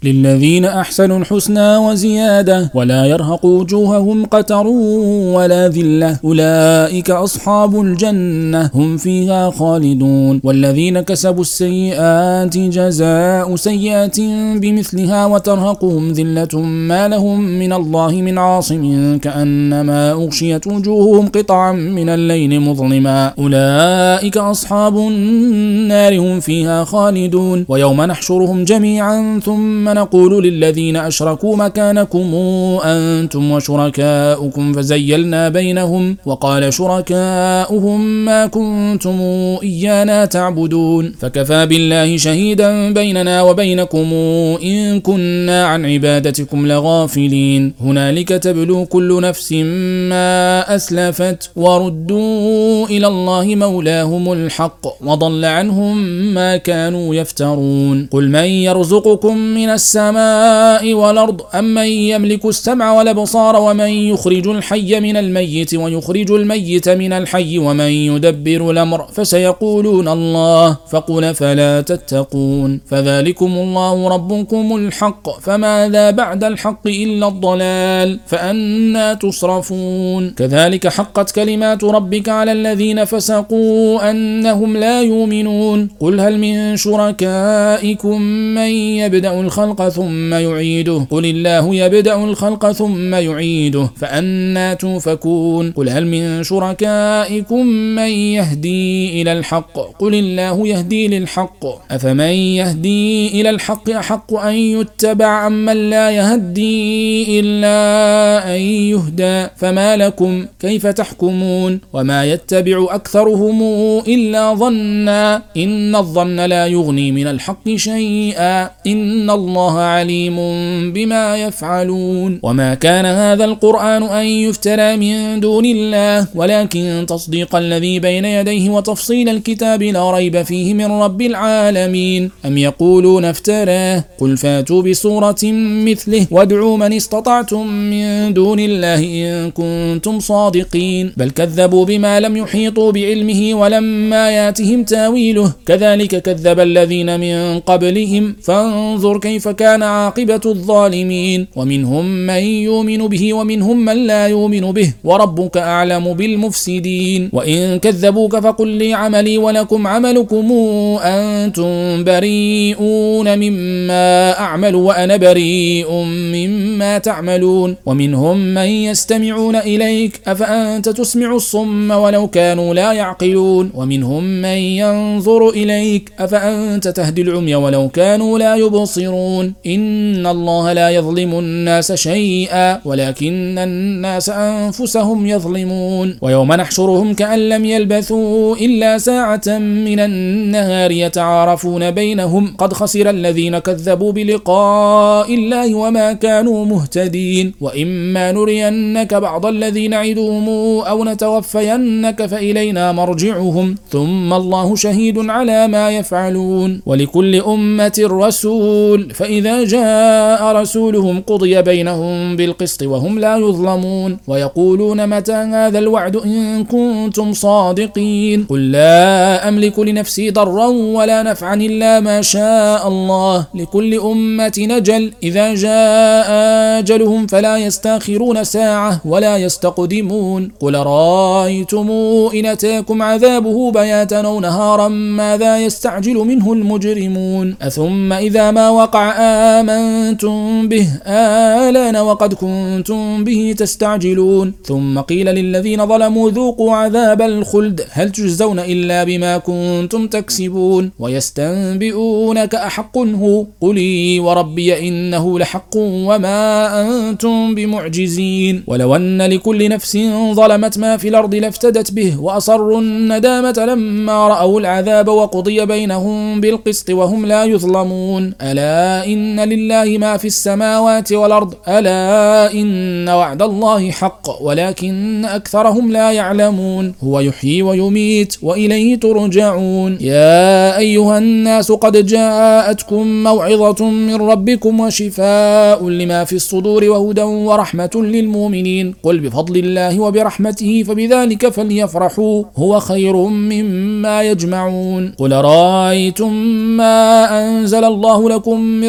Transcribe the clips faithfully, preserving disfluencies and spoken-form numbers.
للذين أحسنوا الحسنى وزيادة ولا يرهق وجوههم قتر ولا ذلة أولئك أصحاب الجنة هم فيها خالدون. والذين كسبوا السيئات جزاء سيئة بمثلها وترهقهم ذلة ما لهم من الله من عاصم كأنما أغشيت وجوههم قطعا من الليل مظلما أولئك أصحاب النار هم فيها خالدون. ويوم نحشرهم جميعا ثم نقول للذين أشركوا مكانكم أنتم وشركاؤكم فزيلنا بينهم وقال شركاؤهم ما كنتم إيانا تعبدون فكفى بالله شهيدا بيننا وبينكم إن كنا عن عبادتكم لغافلين هنالك تبلو كل نفس ما أسلفت وردوا إلى الله مولاهم الحق وضل عنهم ما كانوا يفترون قل من يرزقكم من السماء والأرض أمن يملك السمع والأبصار ومن يخرج الحي من الميت ويخرج الميت من الحي ومن يدبر الأمر فسيقولون الله فقل فلا تتقون فذلكم الله ربكم الحق فماذا بعد الحق إلا الضلال فأنا تصرفون كذلك حقت كلمات ربك على الذين فسقوا أنهم لا يؤمنون قل هل من شركائكم من يبدأ الخلق ثم يعيده قل الله يبدأ الخلق ثم يعيده فأنا توفكون قل هل من شركائكم من يهدي إلى الحق قل الله يهدي للحق أفمن يهدي إلى الحق أحق أن يتبع أمن لا يهدي إلا أن يهدى فما لكم كيف تحكمون وما يتبع أكثرهم إلا ظنا إن الظن لا يغني من الحق شيئا إن الله عليم بما يفعلون وما كان هذا القرآن أن يفترى من دون الله ولكن تصديق الذي بين يديه وتفصيل الكتاب لا ريب فيه من رب العالمين أم يقولون افتراه قل فاتوا بسورة مثله وادعوا من استطعتم من دون الله إن كنتم صادقين بل كذبوا بما لم يحيطوا بعلمه ولما ياتهم تاويله كذلك كذب الذين من قبلهم فانظر كيف كان عاقبة الظالمين ومنهم من يؤمن به ومنهم من لا يؤمن به وربك أعلم بالمفسدين وإن كذبوك فقل لي عملي ولكم عملكم أنتم بريئون مما أعمل وأنا بريء مما تعملون ومنهم من يستمعون إليك أفأنت تسمع الصم ولو كانوا لا يعقلون ومنهم من ينظر إليك أفأنت تهدي العمي ولو كانوا لا يبصرون إن الله لا يظلم الناس شيئا ولكن الناس أنفسهم يظلمون ويوم نحشرهم كأن لم يلبثوا إلا ساعة من النهار يتعارفون بينهم قد خسر الذين كذبوا بلقاء الله وما كانوا مهتدين وإما نرينك بعض الذين نعدهم أو نتوفينك فإلينا مرجعهم ثم الله شهيد على ما يفعلون ولكل أمة رسول فإذا جاء رسولهم قضي بينهم بالقسط وهم لا يظلمون ويقولون متى هذا الوعد إن كنتم صادقين قل لا أملك لنفسي ضرا ولا نفعا إلا ما شاء الله لكل أمة نجل إذا جاء أجلهم فلا يستأخرون ساعة ولا يستقدمون قل رأيتم إن أتاكم عذابه بياتا أو نهارا ماذا يستعجل منه المجرمون أثم إذا ما وقع آمنتم به آلان وقد كنتم به تستعجلون ثم قيل للذين ظلموا ذوقوا عذاب الخلد هل تجزون إلا بما كنتم تكسبون ويستنبئونك أحق هو قلي وربي إنه لحق وما أنتم بمعجزين ولو أن لكل نفس ظلمت ما في الأرض لافتدت به وأصروا الندامة لما رأوا العذاب وقضي بينهم بالقسط وهم لا يظلمون ألا إن لله ما في السماوات والأرض ألا إن وعد الله حق ولكن أكثرهم لا يعلمون هو يحيي ويميت وإليه ترجعون يا أيها الناس قد جاءتكم موعظة من ربكم وشفاء لما في الصدور وهدى ورحمة للمؤمنين قل بفضل الله وبرحمته فبذلك فليفرحوا هو خير مما يجمعون قل رأيتم ما أنزل الله لكم من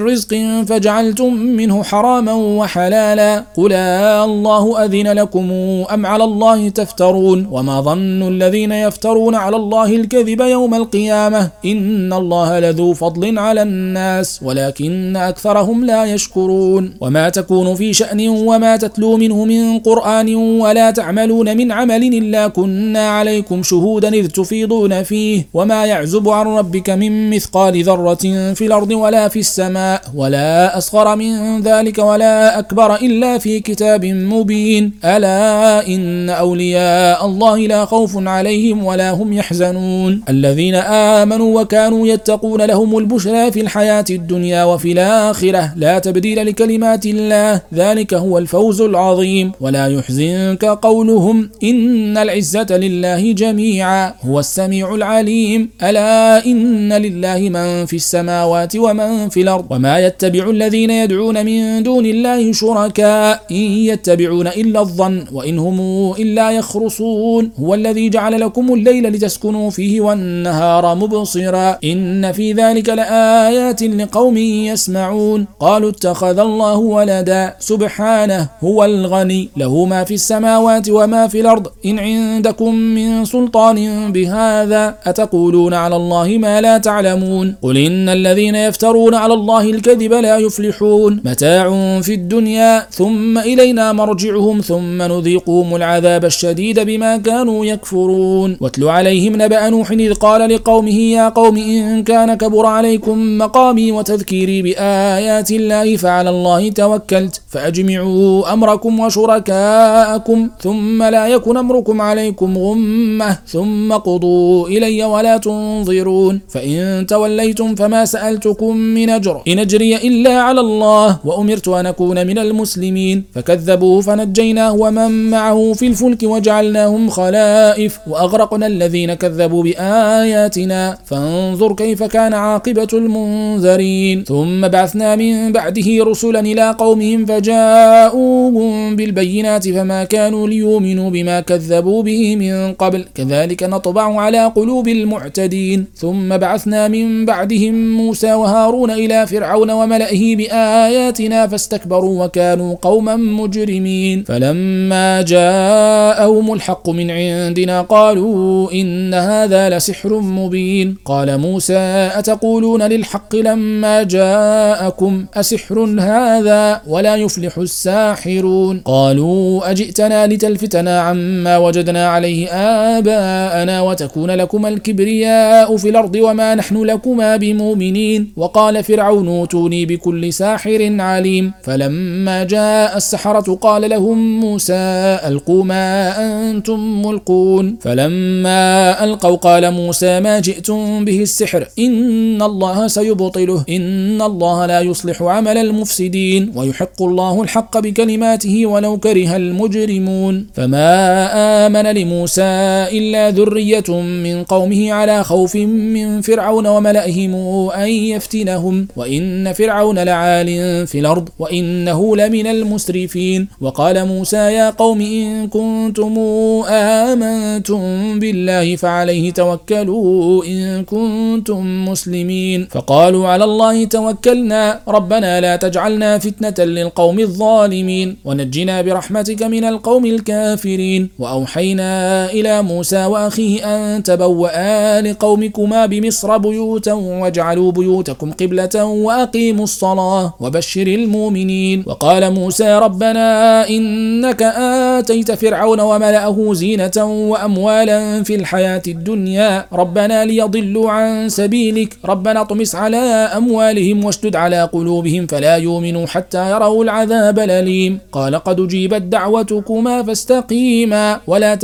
رزق فجعلتم منه حراما وحلالا قل الله أذن لكم أم على الله تفترون وما ظن الذين يفترون على الله الكذب يوم القيامة إن الله لذو فضل على الناس ولكن أكثرهم لا يشكرون وما تكون في شأن وما تتلو منه من قرآن ولا تعملون من عمل إلا كنا عليكم شهودا إذ تفيضون فيه وما يعزب عن ربك من مثقال ذرة في الأرض ولا في السماء ولا أصغر من ذلك ولا أكبر إلا في كتاب مبين ألا إن أولياء الله لا خوف عليهم ولا هم يحزنون الذين آمنوا وكانوا يتقون لهم البشرى في الحياة الدنيا وفي الآخرة لا تبديل لكلمات الله ذلك هو الفوز العظيم ولا يحزنك قولهم إن العزة لله جميعا هو السميع العليم ألا إن لله من في السماوات ومن في الأرض وما يتبع الذين يدعون من دون الله شركاء إن يتبعون إلا الظن وإن هم إلا يخرصون هو الذي جعل لكم الليل لتسكنوا فيه والنهار مبصرا إن في ذلك لآيات لقوم يسمعون قالوا اتخذ الله ولدا سبحانه هو الغني له ما في السماوات وما في الأرض إن عندكم من سلطان بهذا أتقولون على الله ما لا تعلمون قل إن الذين يفترون على الله الكذب لا يفلحون متاع في الدنيا ثم إلينا مرجعهم ثم نذيقهم العذاب الشديد بما كانوا يكفرون واتل عليهم نبأ نوح إذ قال لقومه يا قوم إن كان كبر عليكم مقامي وتذكيري بآيات الله فعلى الله توكلت فأجمعوا أمركم وشركاءكم ثم لا يكن أمركم عليكم غمة ثم قضوا إلي ولا تنظرون فإن توليتم فما سألتكم من أجر إن أجري إلا على الله وأمرت أن أكون من المسلمين فكذبوه فنجيناه ومن معه في الفلك وجعلناهم خلائف وأغرقنا الذين كذبوا بآياتنا فانظر كيف كان عاقبة المنذرين ثم بعثنا من بعده رسلا إلى قومهم فجاءوهم بالبينات فما كانوا ليؤمنوا بما كذبوا به من قبل كذلك نطبع على قلوب المعتدين ثم بعثنا من بعدهم موسى وهارون إلى فرعون وملئه بآياتنا فاستكبروا وكانوا قوما مجرمين فلما جاءهم الحق من عندنا قالوا إن هذا لسحر مبين قال موسى أتقولون للحق لما جاءكم أسحر هذا ولا يفلح الساحرون قالوا أجئتنا لتلفتنا عما وجدنا عليه آباءنا وتكون لكما الكبرياء في الأرض وما نحن لكما بمؤمنين وقال فرعون اوتوني بكل ساحر عليم فلما جاء السحرة قال لهم موسى ألقوا ما أنتم ملقون فلما ألقوا قال موسى ما جئتم به السحر إن الله سيبطله إن الله لا يصلح عمل المفسدين ويحق الله الحق بكلماته ولو كره المجرمون فما آمن لموسى إلا ذرية من قومه على خوف من فرعون وملئهم أن يفتنهم وإن فرعون لعال في الأرض وإنه لمن المسرفين وقال موسى يا قوم إن كنتم آمنتم بالله فعليه توكلوا إن كنتم مسلمين فقالوا على الله توكلنا ربنا لا تجعلنا فتنة للقوم الظالمين ونجنا برحمتك من القوم الكافرين وأوحينا إلى موسى وأخيه أن تبوأ لقومكما بمصر بيوتا واجعلوا بيوتكم قبلة وأقيموا الصلاة وبشر المؤمنين وقال موسى ربنا إنك آتيت فرعون وملأه زينة وأموالا في الحياة الدنيا ربنا ليضلوا عن سبيلك ربنا اطمس على أموالهم واشدد على قلوبهم فلا يؤمنوا حتى يروا العذاب الأليم قال قد أجيبت دعوتكما فاستقيما ولا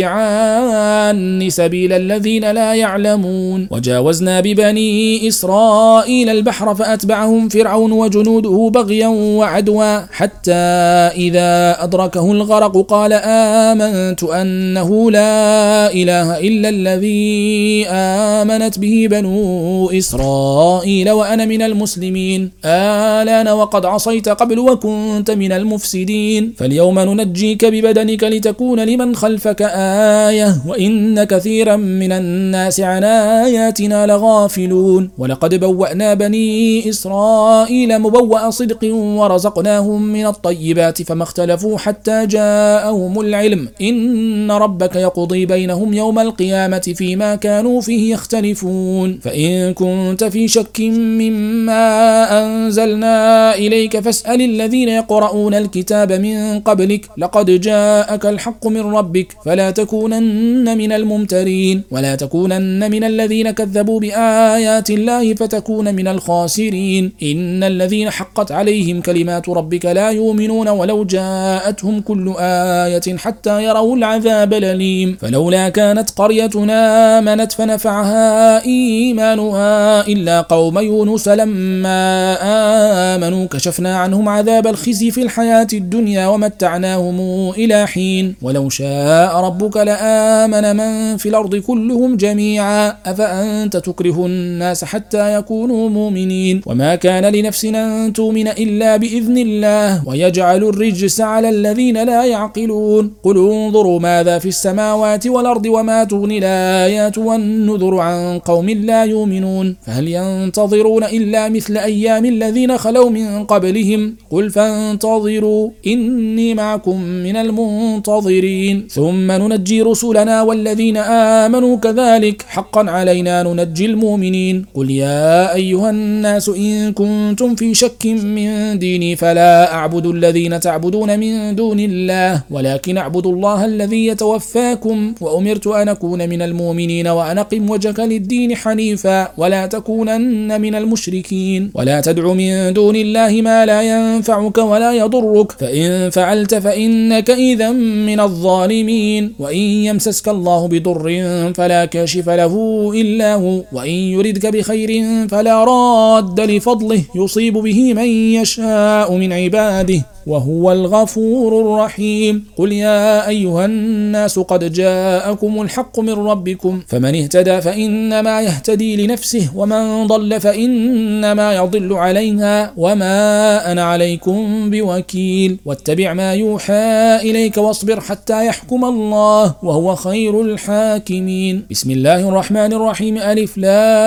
تتبعان سبيل الذين لا يعلمون وجاوزنا ببني إسرائيل البحر فأتبعهم فرعون وجنوده بغيا وعدوا حتى إذا أدركه الغرق قال آمنت أنه لا إله إلا الذي آمنت به بنو إسرائيل وأنا من المسلمين آلان وقد عصيت قبل وكنت من المفسدين فاليوم ننجيك ببدنك لتكون لمن خلفك آية وإن كثيرا من الناس عن آياتنا لغافلون ولقد بوأنا بني بني إسرائيل مبوأ صدق ورزقناهم من الطيبات فما اختلفوا حتى جاءهم العلم إن ربك يقضي بينهم يوم القيامة فيما كانوا فيه يختلفون. فإن كنت في شك مما أنزلنا إليك فاسأل الذين يقرؤون الكتاب من قبلك لقد جاءك الحق من ربك فلا تكونن من الممترين ولا تكونن من الذين كذبوا بآيات الله فتكون من الخاسرين. إن الذين حقت عليهم كلمات ربك لا يؤمنون ولو جاءتهم كل آية حتى يروا العذاب الأليم. فلولا كانت قريتنا آمنت فنفعها إيمانها إلا قوم يونس لما آمنوا كشفنا عنهم عذاب الخزي في الحياة الدنيا ومتعناهم إلى حين. ولو شاء ربك لآمن من في الأرض كلهم جميعا أفأنت تكره الناس حتى يكونوا مؤمنين. وما كان لنفس أن تؤمن إلا بإذن الله ويجعل الرجس على الذين لا يعقلون. قل انظروا ماذا في السماوات والأرض وما تغني الآيات والنذر عن قوم لا يؤمنون. فهل ينتظرون إلا مثل أيام الذين خلوا من قبلهم قل فانتظروا إني معكم من المنتظرين ثم ننجي رسلنا والذين آمنوا كذلك حقا علينا ننجي المؤمنين. قل يا أيها الناس إن كنتم في شك من ديني فلا أعبد الذين تعبدون من دون الله ولكن أعبد الله الذي يتوفاكم وأمرت أن أكون من المؤمنين وأن أقم وجهك للدين حنيفا ولا تكونن من المشركين. ولا تدع من دون الله ما لا ينفعك ولا يضرك فإن فعلت فإنك إذا من الظالمين. وإن يمسسك الله بضر فلا كاشف له إلا هو وإن يردك بخير فلا راد لفضله يصيب به من يشاء من عباده وهو الغفور الرحيم. قل يا أيها الناس قد جاءكم الحق من ربكم فمن اهتدى فإنما يهتدي لنفسه ومن ضل فإنما يضل عليها وما أنا عليكم بوكيل. واتبع ما يوحى إليك واصبر حتى يحكم الله وهو خير الحاكمين. بسم الله الرحمن الرحيم ألف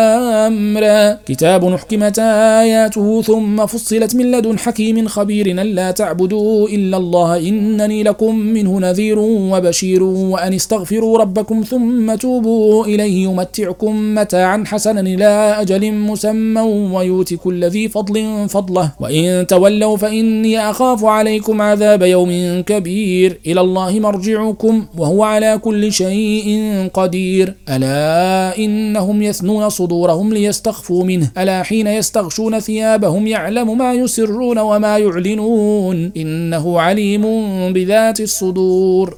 لام را كتاب أحكمت آياته ثم فصلت من لدن حكيم خبير ألا تعبدوا إلا الله إنني لكم منه نذير وبشير وأن استغفروا ربكم ثم توبوا إليه يمتعكم متاعا حسنا إلى أجل مسمى ويؤتي كل ذي فضل فضله وإن تولوا فإني أخاف عليكم عذاب يوم كبير. إلى الله مرجعكم وهو على كل شيء قدير. ألا إنهم يثنون صدورهم ليستخفوا منه ألا حين يستغشون ثيابهم يعلم ما يسرون وما يعلنون إنه عليم بذات الصدور.